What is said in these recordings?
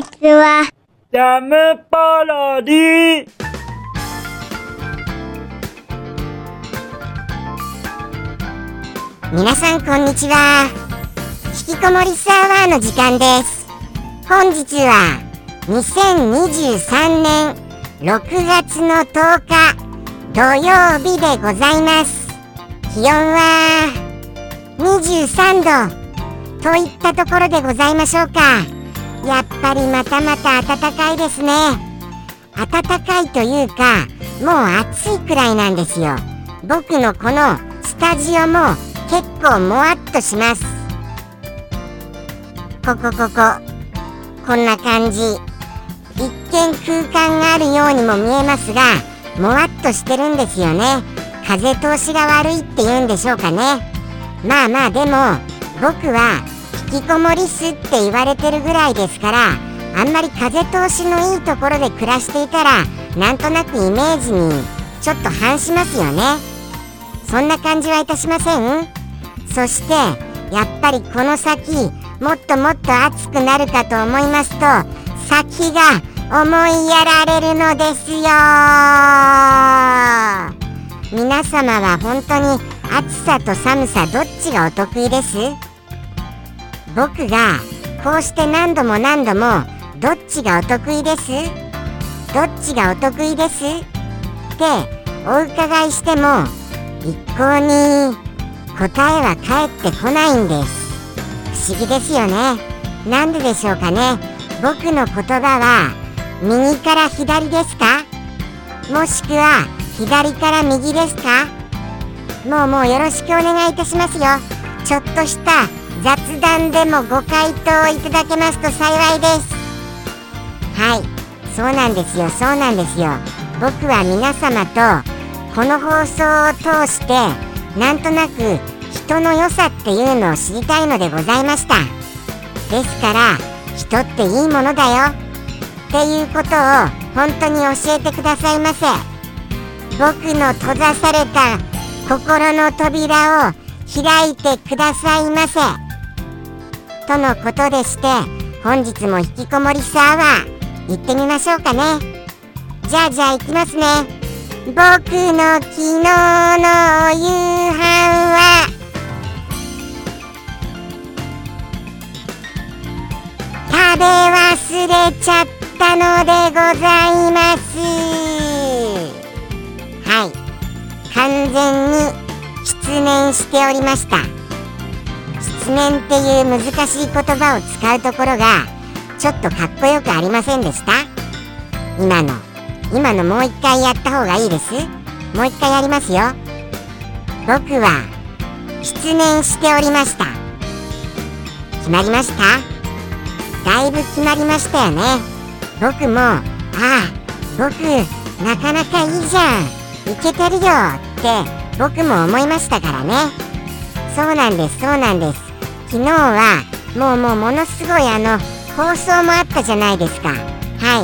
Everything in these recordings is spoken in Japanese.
ちは。 ジャムパロディ。 皆さんこんにちは。引きこもりサーバーの時間です。本日は2023年6月の10日土曜日でございます。気温は23度といったところでございましょうか。やっぱりまたまた暖かいですね。暖かいというかもう暑いくらいなんですよ。僕のこのスタジオも結構もわっとします。こんな感じ。一見空間があるようにも見えますがもわっとしてるんですよね。風通しが悪いって言うんでしょうかね。まあでも僕は引きこもりすって言われてるぐらいですから、あんまり風通しのいいところで暮らしていたらなんとなくイメージにちょっと反しますよね。そんな感じはいたしません？そしてやっぱりこの先もっともっと暑くなるかと思いますと先が思いやられるのですよ。皆様は本当に暑さと寒さどっちがお得意です？僕がこうして何度もどっちがお得意です？どっちがお得意です？ってお伺いしても一向に答えは返ってこないんです。不思議ですよね。なんででしょうかね。僕の言葉は右から左ですか？もしくは左から右ですか？もうよろしくお願いいたしますよ。ちょっとした雑談でもご回答いただけますと幸いです。はい、そうなんですよ。僕は皆様とこの放送を通してなんとなく人の良さっていうのを知りたいのでございました。ですから人っていいものだよっていうことを本当に教えてくださいませ。僕の閉ざされた心の扉を開いてくださいませとのことでして、本日も引きこもりサーバー行ってみましょうかね。じゃあ行きますね。僕の昨日の夕飯は食べ忘れちゃったのでございます。はい、完全に失念しておりました。失念っていう難しい言葉を使うところがちょっとかっこよくありませんでした？今のもう一回やった方がいいです。もう一回やりますよ。僕は失念しておりました。決まりました？だいぶ決まりましたよね。僕も僕なかなかいいじゃん、いけてるよって僕も思いましたからね。そうなんです。昨日はものすごい放送もあったじゃないですか。はい、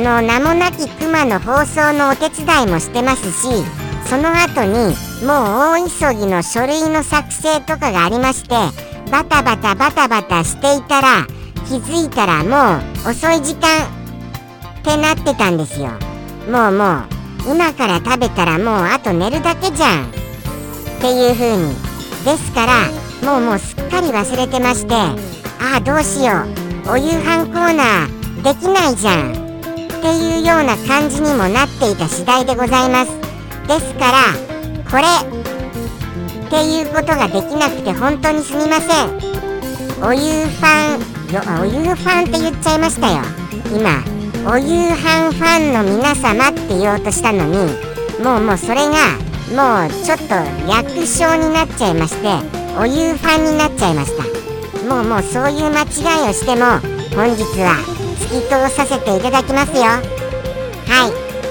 名もなきクマの放送のお手伝いもしてますし、その後にもう大急ぎの書類の作成とかがありまして、バタバタしていたら気づいたらもう遅い時間ってなってたんですよ。もう今から食べたらもうあと寝るだけじゃんっていう風に。ですからもうすっかり忘れてまして、どうしよう、お夕飯コーナーできないじゃんっていうような感じにもなっていた次第でございます。ですからこれっていうことができなくて本当にすみません。お夕飯って言っちゃいましたよ。今お夕飯ファンの皆様って言おうとしたのにもうそれがもうちょっと略称になっちゃいまして、お夕飯になっちゃいました。もうそういう間違いをしても本日は突き通させていただきますよ。はい、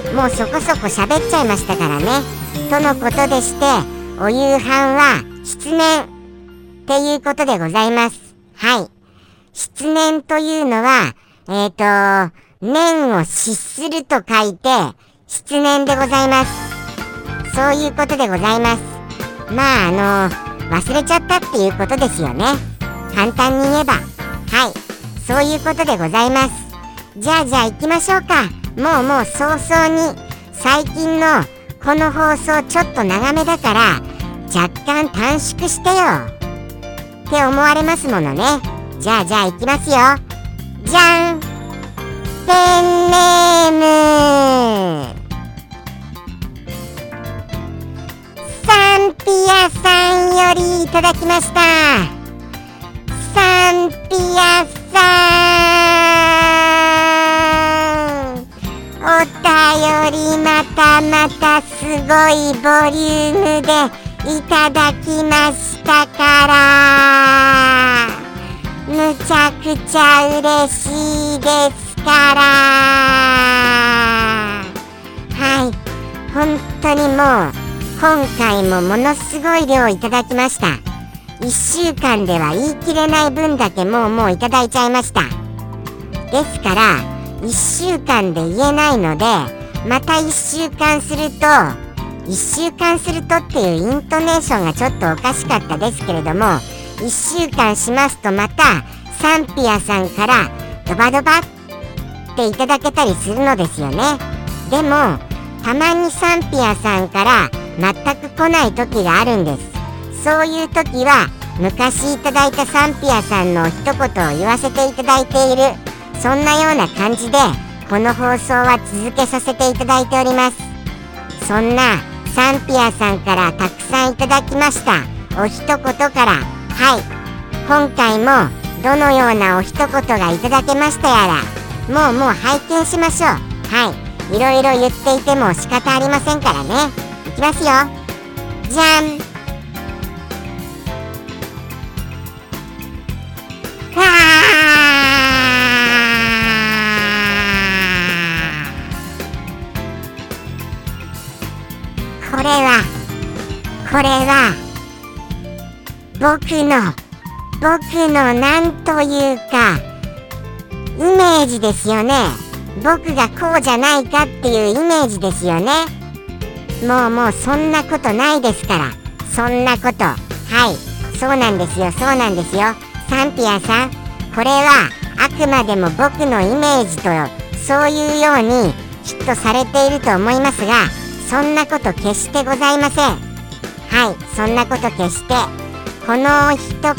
もうそこそこ喋っちゃいましたからね。とのことでしてお夕飯は失念っていうことでございます。はい、失念というのは念を失すると書いて失念でございます。そういうことでございます。忘れちゃったっていうことですよね。簡単に言えば。はい、 そういうことでございます。じゃあ行きましょうか。もう早々に最近のこの放送ちょっと長めだから若干短縮してよって思われますものね。じゃあ行きますよ。じゃん、ペンネームサンピアさんよりいただきました。サンピアさん、お便りまたすごいボリュームでいただきましたから、むちゃくちゃ嬉しいですから、はい、本当にもう今回もものすごい量いただきました。1週間では言い切れない分だけもういただいちゃいました。ですから1週間で言えないので、また1週間するとっていうイントネーションがちょっとおかしかったですけれども、1週間しますとまたサンピアさんからドバドバっていただけたりするのですよね。でもたまにサンピアさんから全く来ない時があるんです。そういう時は昔いただいたサンピアさんの一言を言わせていただいている、そんなような感じでこの放送は続けさせていただいております。そんなサンピアさんからたくさんいただきましたお一言から、はい、今回もどのようなお一言がいただけましたやら、もう拝見しましょう。はい、いろいろ言っていても仕方ありませんからね。いきますよ。じゃん、これは僕のなんというかイメージですよね。僕がこうじゃないかっていうイメージですよね。もうそんなことないですから、そんなこと、はい、そうなんですよ。サンピアさん、これはあくまでも僕のイメージとそういうようにきっとされていると思いますが、そんなこと決してございません。はい、そんなこと決して。この一言を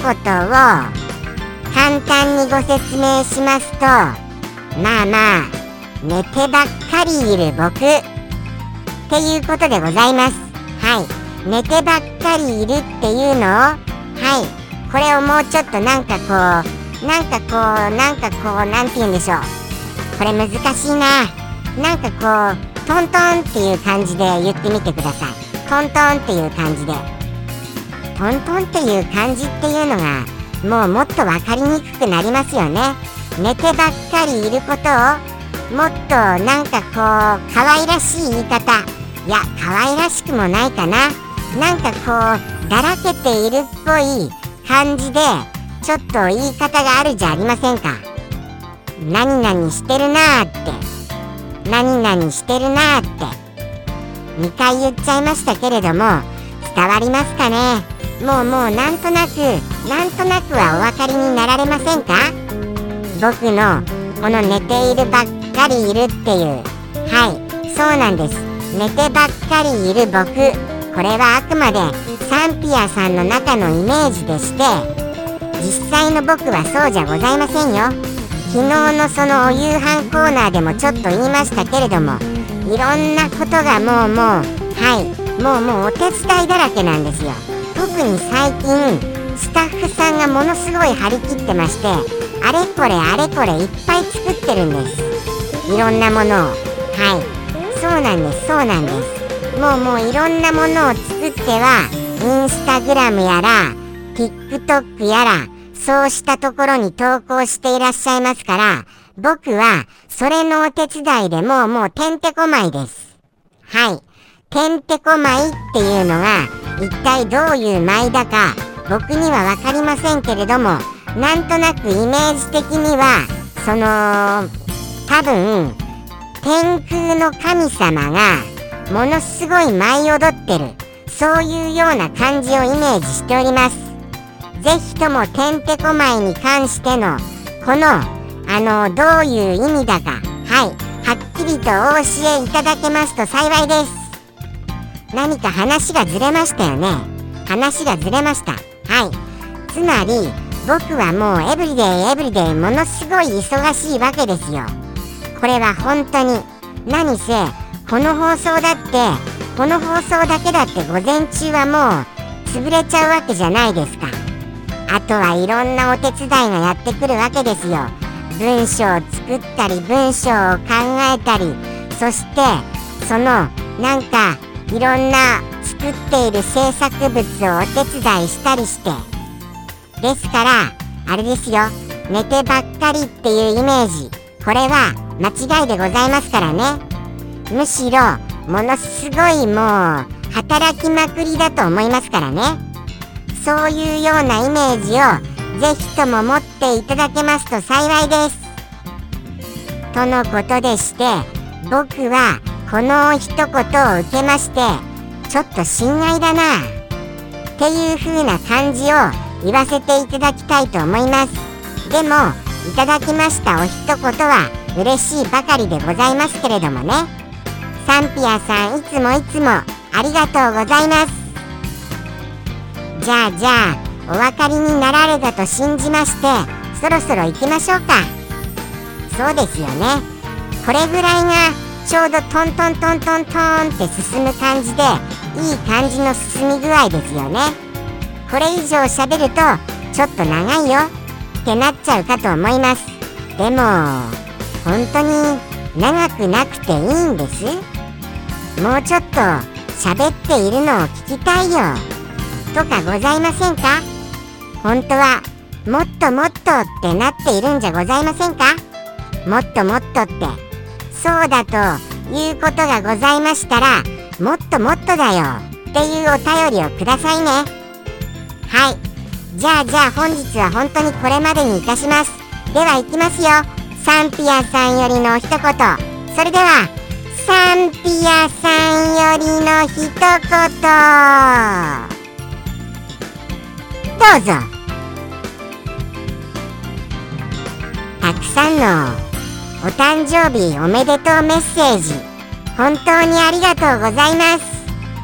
簡単にご説明しますと、まあ寝てばっかりいる僕っていうことでございます。はい、寝てばっかりいるっていうのを、はい、これをもうちょっとなんて言うんでしょう。これ難しいな。トントンっていう感じで言ってみてください。トントンっていう感じで。トントンっていう感じっていうのがもっと分かりにくくなりますよね。寝てばっかりいることをもっと可愛らしい言い方、いや可愛らしくもないかな、だらけているっぽい感じでちょっと言い方があるじゃありませんか。何々してるなーって、何々してるなーって2回言っちゃいましたけれども、伝わりますかね。もうなんとなくはお分かりになられませんか。僕のこの寝ているばっかりいるっていう、はい、そうなんです。寝てばっかりいる僕、これはあくまでサンピアさんの中のイメージでして、実際の僕はそうじゃございませんよ。昨日のそのお夕飯コーナーでもちょっと言いましたけれども、いろんなことがもうお手伝いだらけなんですよ。特に最近スタッフさんがものすごい張り切ってまして、あれこれいっぱい作ってるんです。いろんなものを、はい、そうなんです。もういろんなものを作ってはインスタグラムやら TikTok やらそうしたところに投稿していらっしゃいますから、僕はそれのお手伝いでもうてんてこまいです。はい、てんてこまいっていうのが一体どういう舞だか僕には分かりませんけれども、なんとなくイメージ的には多分天空の神様がものすごい舞い踊ってる、そういうような感じをイメージしております。ぜひともてんてこまいに関してのこのどういう意味だか、はい、はっきりとお教えいただけますと幸いです。何か話がずれましたよね。話がずれました。はい。つまり、僕はもうエブリデイものすごい忙しいわけですよ。これは本当に。何せ、この放送だけだって午前中はもう潰れちゃうわけじゃないですか。あとはいろんなお手伝いがやってくるわけですよ。文章を作ったり文章を考えたり、そしてそのなんかいろんな作っている制作物をお手伝いしたりして、ですからあれですよ、寝てばっかりっていうイメージ、これは間違いでございますからね。むしろものすごいもう働きまくりだと思いますからね。そういうようなイメージをぜひとも持っていただけますと幸いです。とのことでして、僕はこの一言を受けまして、ちょっと心外だなっていう風な感じを言わせていただきたいと思います。でもいただきましたお一言は嬉しいばかりでございますけれどもね。サンピアさん、いつもありがとうございます。じゃあお分かりになられたと信じまして、そろそろ行きましょうか。そうですよね。これぐらいがちょうどトントンって進む感じで、いい感じの進み具合ですよね。これ以上喋るとちょっと長いよってなっちゃうかと思います。でも本当に長くなくていいんです。もうちょっと喋っているのを聞きたいよとかございませんか。本当はもっとってなっているんじゃございませんか。もっとって、そうだということがございましたら、もっとだよっていうお便りをくださいね。はい、じゃあ本日は本当にこれまでにいたします。では行きますよ。サンピアさんよりの一言。それではサンピアさんよりの一言、どうぞ。たくさんのお誕生日おめでとうメッセージ、本当にありがとうございます。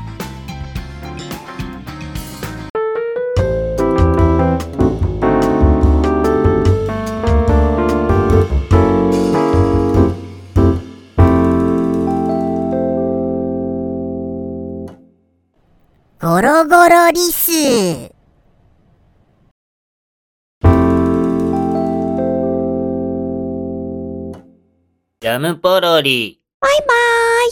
ゴロゴロリス。 ジャムポロリ。 バイバーイ。